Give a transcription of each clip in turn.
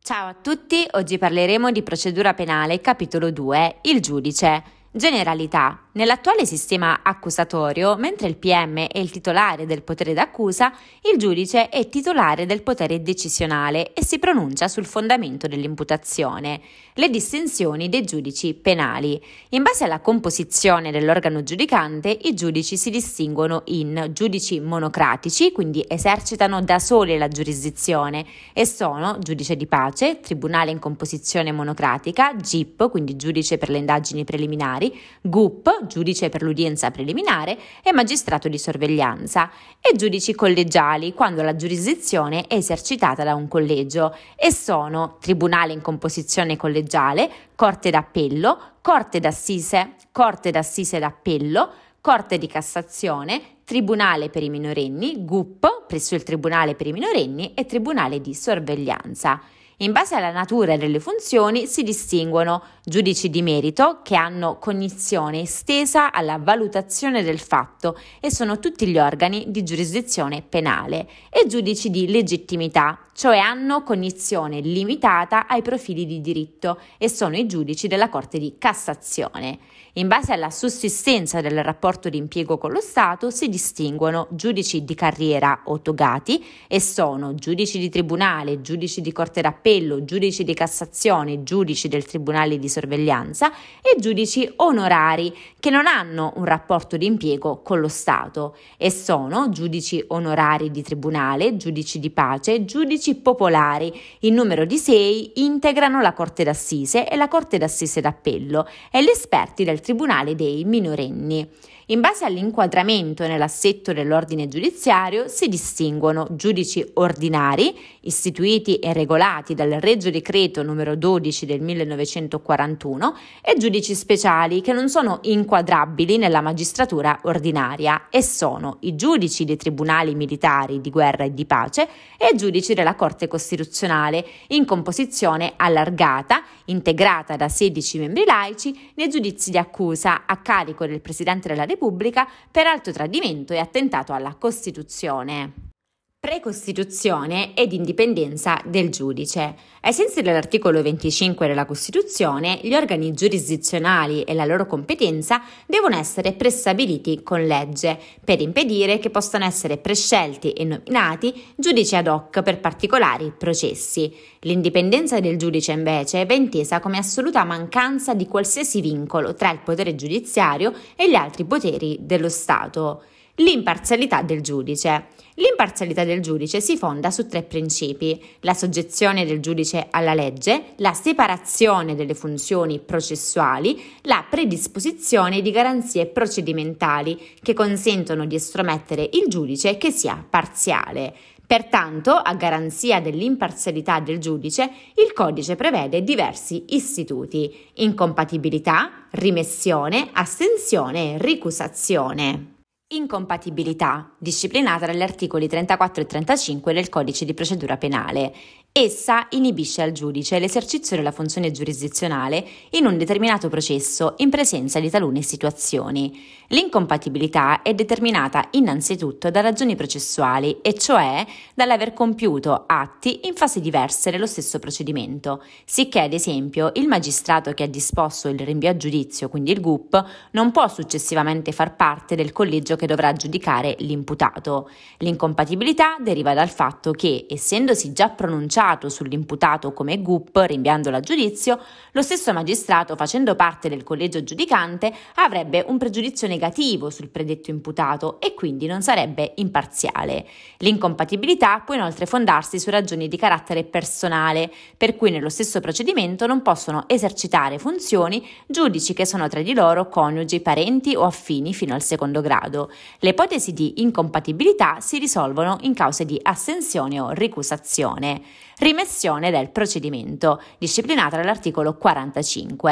Ciao a tutti, oggi parleremo di procedura penale, capitolo 2, il giudice. Generalità. Nell'attuale sistema accusatorio, mentre il PM è il titolare del potere d'accusa, il giudice è titolare del potere decisionale e si pronuncia sul fondamento dell'imputazione. Le distinzioni dei giudici penali. In base alla composizione dell'organo giudicante, i giudici si distinguono in giudici monocratici, quindi esercitano da soli la giurisdizione, e sono giudice di pace, tribunale in composizione monocratica, GIP, quindi giudice per le indagini preliminari, GUP, giudice per l'udienza preliminare, e magistrato di sorveglianza, e giudici collegiali quando la giurisdizione è esercitata da un collegio, e sono tribunale in composizione collegiale, corte d'appello, corte d'assise d'appello, Corte di Cassazione, Tribunale per i minorenni, GUP presso il Tribunale per i minorenni e Tribunale di sorveglianza. In base alla natura delle funzioni si distinguono giudici di merito, che hanno cognizione estesa alla valutazione del fatto e sono tutti gli organi di giurisdizione penale, e giudici di legittimità, cioè hanno cognizione limitata ai profili di diritto e sono i giudici della Corte di Cassazione. In base alla sussistenza del rapporto di impiego con lo Stato si distinguono giudici di carriera o togati, e sono giudici di tribunale, giudici di Corte d'Appello, giudici di Cassazione, giudici del Tribunale di sorveglianza, e giudici onorari che non hanno un rapporto di impiego con lo Stato, e sono giudici onorari di tribunale, giudici di pace, giudici popolari. In numero di 6 integrano la Corte d'Assise e la Corte d'Assise d'Appello e gli esperti del Tribunale dei minorenni. In base all'inquadramento nell'assetto dell'ordine giudiziario si distinguono giudici ordinari, istituiti e regolati dal Regio Decreto numero 12 del 1941, e giudici speciali che non sono inquadrabili nella magistratura ordinaria, e sono i giudici dei tribunali militari di guerra e di pace e giudici della Corte Costituzionale, in composizione allargata, integrata da 16 membri laici, nei giudizi di accusa a carico del Presidente della Repubblica per alto tradimento e attentato alla Costituzione. Precostituzione ed indipendenza del giudice. Ai sensi dell'articolo 25 della Costituzione, gli organi giurisdizionali e la loro competenza devono essere prestabiliti con legge, per impedire che possano essere prescelti e nominati giudici ad hoc per particolari processi. L'indipendenza del giudice, invece, va intesa come assoluta mancanza di qualsiasi vincolo tra il potere giudiziario e gli altri poteri dello Stato. L'imparzialità del giudice. L'imparzialità del giudice si fonda su 3 principi: la soggezione del giudice alla legge, la separazione delle funzioni processuali, la predisposizione di garanzie procedimentali che consentono di estromettere il giudice che sia parziale. Pertanto, a garanzia dell'imparzialità del giudice, il codice prevede diversi istituti: incompatibilità, rimessione, astensione e ricusazione. Incompatibilità, disciplinata dagli articoli 34 e 35 del Codice di procedura penale. Essa inibisce al giudice l'esercizio della funzione giurisdizionale in un determinato processo in presenza di talune situazioni. L'incompatibilità è determinata innanzitutto da ragioni processuali, e cioè dall'aver compiuto atti in fasi diverse dello stesso procedimento, sicché ad esempio il magistrato che ha disposto il rinvio a giudizio, quindi il GUP, non può successivamente far parte del collegio che dovrà giudicare l'imputato. L'incompatibilità deriva dal fatto che, essendosi già pronunciato sull'imputato come GUP rinviandolo a giudizio, lo stesso magistrato, facendo parte del collegio giudicante, avrebbe un pregiudizio negativo sul predetto imputato e quindi non sarebbe imparziale. L'incompatibilità può inoltre fondarsi su ragioni di carattere personale, per cui nello stesso procedimento non possono esercitare funzioni giudici che sono tra di loro coniugi, parenti o affini fino al secondo grado. Le ipotesi di incompatibilità si risolvono in cause di astensione o ricusazione. Rimessione del procedimento, disciplinata dall'articolo 45.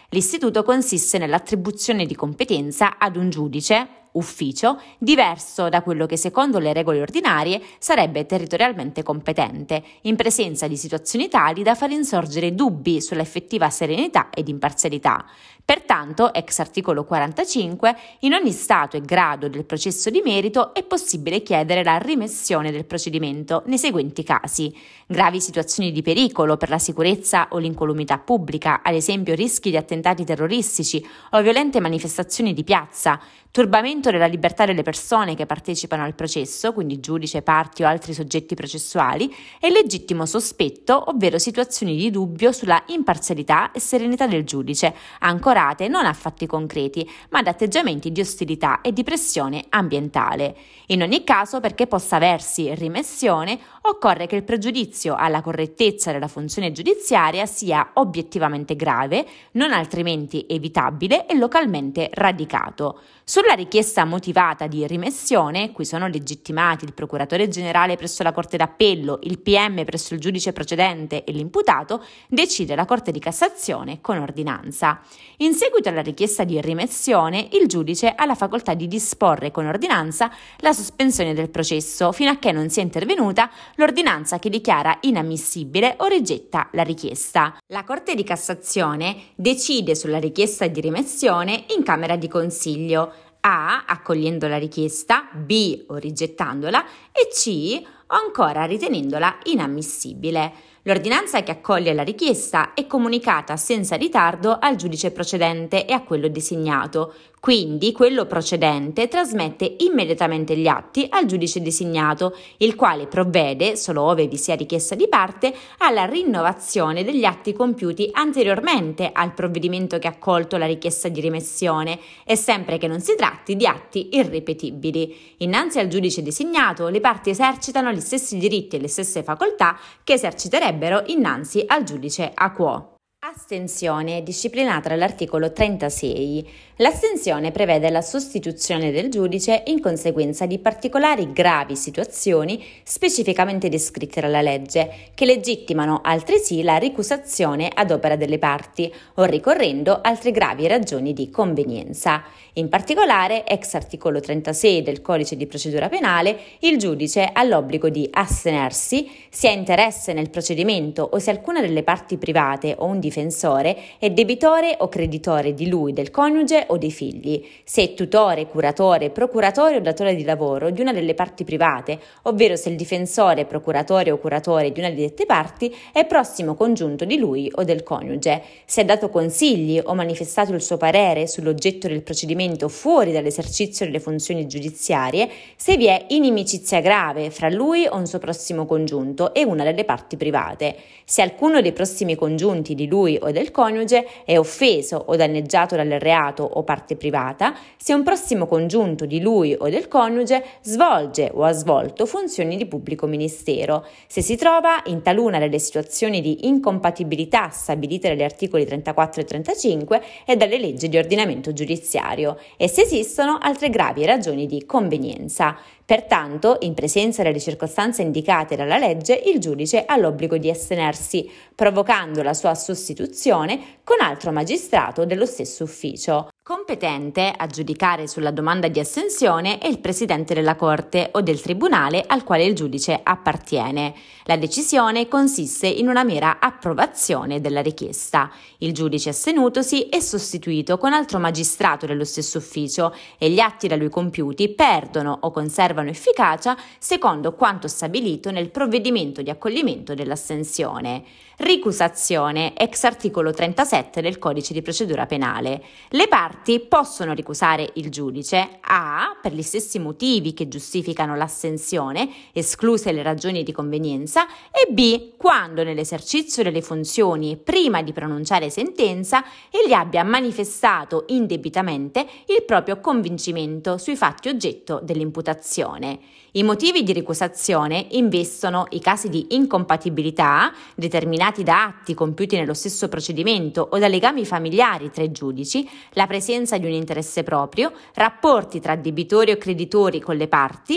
L'istituto consiste nell'attribuzione di competenza ad un giudice, ufficio, diverso da quello che secondo le regole ordinarie sarebbe territorialmente competente, in presenza di situazioni tali da far insorgere dubbi sulla effettiva serenità ed imparzialità. Pertanto, ex articolo 45, in ogni stato e grado del processo di merito è possibile chiedere la rimessione del procedimento nei seguenti casi: gravi situazioni di pericolo per la sicurezza o l'incolumità pubblica, ad esempio rischi di attentati terroristici o violente manifestazioni di piazza, turbamento della libertà delle persone che partecipano al processo, quindi giudice, parti o altri soggetti processuali, e legittimo sospetto, ovvero situazioni di dubbio sulla imparzialità e serenità del giudice, ancorate non a fatti concreti, ma ad atteggiamenti di ostilità e di pressione ambientale. In ogni caso, perché possa aversi rimessione, occorre che il pregiudizio alla correttezza della funzione giudiziaria sia obiettivamente grave, non altrimenti evitabile e localmente radicato. Sulla richiesta motivata di rimessione, cui sono legittimati il procuratore generale presso la Corte d'Appello, il PM presso il giudice procedente e l'imputato, decide la Corte di Cassazione con ordinanza. In seguito alla richiesta di rimessione, il giudice ha la facoltà di disporre con ordinanza la sospensione del processo fino a che non sia intervenuta l'ordinanza che dichiara inammissibile o rigetta la richiesta. La Corte di Cassazione decide sulla richiesta di rimessione in Camera di Consiglio, A. accogliendo la richiesta, B. o rigettandola e C. o ancora ritenendola inammissibile. L'ordinanza che accoglie la richiesta è comunicata senza ritardo al giudice procedente e a quello designato. Quindi quello procedente trasmette immediatamente gli atti al giudice designato, il quale provvede, solo ove vi sia richiesta di parte, alla rinnovazione degli atti compiuti anteriormente al provvedimento che ha accolto la richiesta di rimessione, e sempre che non si tratti di atti irripetibili. Innanzi al giudice designato, le parti esercitano gli stessi diritti e le stesse facoltà che eserciterebbero innanzi al giudice a quo. Astensione, disciplinata dall'articolo 36. L'astensione prevede la sostituzione del giudice in conseguenza di particolari gravi situazioni specificamente descritte dalla legge, che legittimano altresì la ricusazione ad opera delle parti o ricorrendo altre gravi ragioni di convenienza. In particolare, ex articolo 36 del Codice di procedura penale, il giudice ha l'obbligo di astenersi se ha interesse nel procedimento o se alcuna delle parti private o un difensore è debitore o creditore di lui, del coniuge o dei figli, se è tutore, curatore, procuratore o datore di lavoro di una delle parti private, ovvero se il difensore, procuratore o curatore di una di dette parti è prossimo congiunto di lui o del coniuge, se ha dato consigli o manifestato il suo parere sull'oggetto del procedimento fuori dall'esercizio delle funzioni giudiziarie, se vi è inimicizia grave fra lui o un suo prossimo congiunto e una delle parti private, se alcuno dei prossimi congiunti di lui o del coniuge è offeso o danneggiato dal reato o parte privata, se un prossimo congiunto di lui o del coniuge svolge o ha svolto funzioni di pubblico ministero, se si trova in taluna delle situazioni di incompatibilità stabilite dagli articoli 34 e 35 e dalle leggi di ordinamento giudiziario e se esistono altre gravi ragioni di convenienza. Pertanto, in presenza delle circostanze indicate dalla legge, il giudice ha l'obbligo di astenersi, provocando la sua sostituzione con altro magistrato dello stesso ufficio. Competente a giudicare sulla domanda di astensione è il presidente della Corte o del tribunale al quale il giudice appartiene. La decisione consiste in una mera approvazione della richiesta. Il giudice astenutosi è sostituito con altro magistrato dello stesso ufficio e gli atti da lui compiuti perdono o conservano efficacia secondo quanto stabilito nel provvedimento di accoglimento dell'astensione. Ricusazione, ex articolo 37 del Codice di procedura penale. Le parti possono ricusare il giudice A. per gli stessi motivi che giustificano l'astensione, escluse le ragioni di convenienza, e B. quando nell'esercizio delle funzioni prima di pronunciare sentenza egli abbia manifestato indebitamente il proprio convincimento sui fatti oggetto dell'imputazione. I motivi di ricusazione investono i casi di incompatibilità determinati da atti compiuti nello stesso procedimento o da legami familiari tra i giudici, la presenza di un interesse proprio, rapporti tra debitori o creditori con le parti,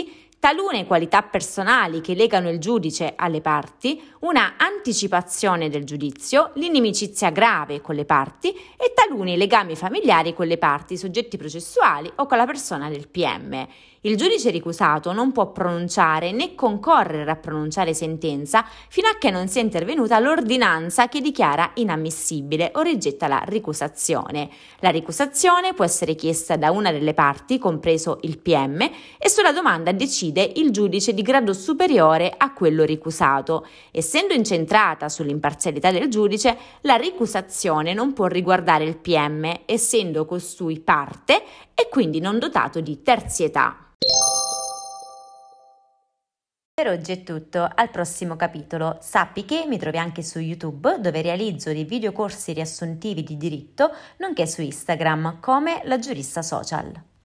talune qualità personali che legano il giudice alle parti, una anticipazione del giudizio, l'inimicizia grave con le parti e taluni legami familiari con le parti, soggetti processuali o con la persona del PM. Il giudice ricusato non può pronunciare né concorrere a pronunciare sentenza fino a che non sia intervenuta l'ordinanza che dichiara inammissibile o rigetta la ricusazione. La ricusazione può essere chiesta da una delle parti, compreso il PM, e sulla domanda decide il giudice di grado superiore a quello ricusato. Essendo incentrata sull'imparzialità del giudice, la ricusazione non può riguardare il PM, essendo costui parte e quindi non dotato di terzietà. Per oggi è tutto, al prossimo capitolo. Sappi che mi trovi anche su YouTube, dove realizzo dei videocorsi riassuntivi di diritto, nonché su Instagram come La Giurista Social.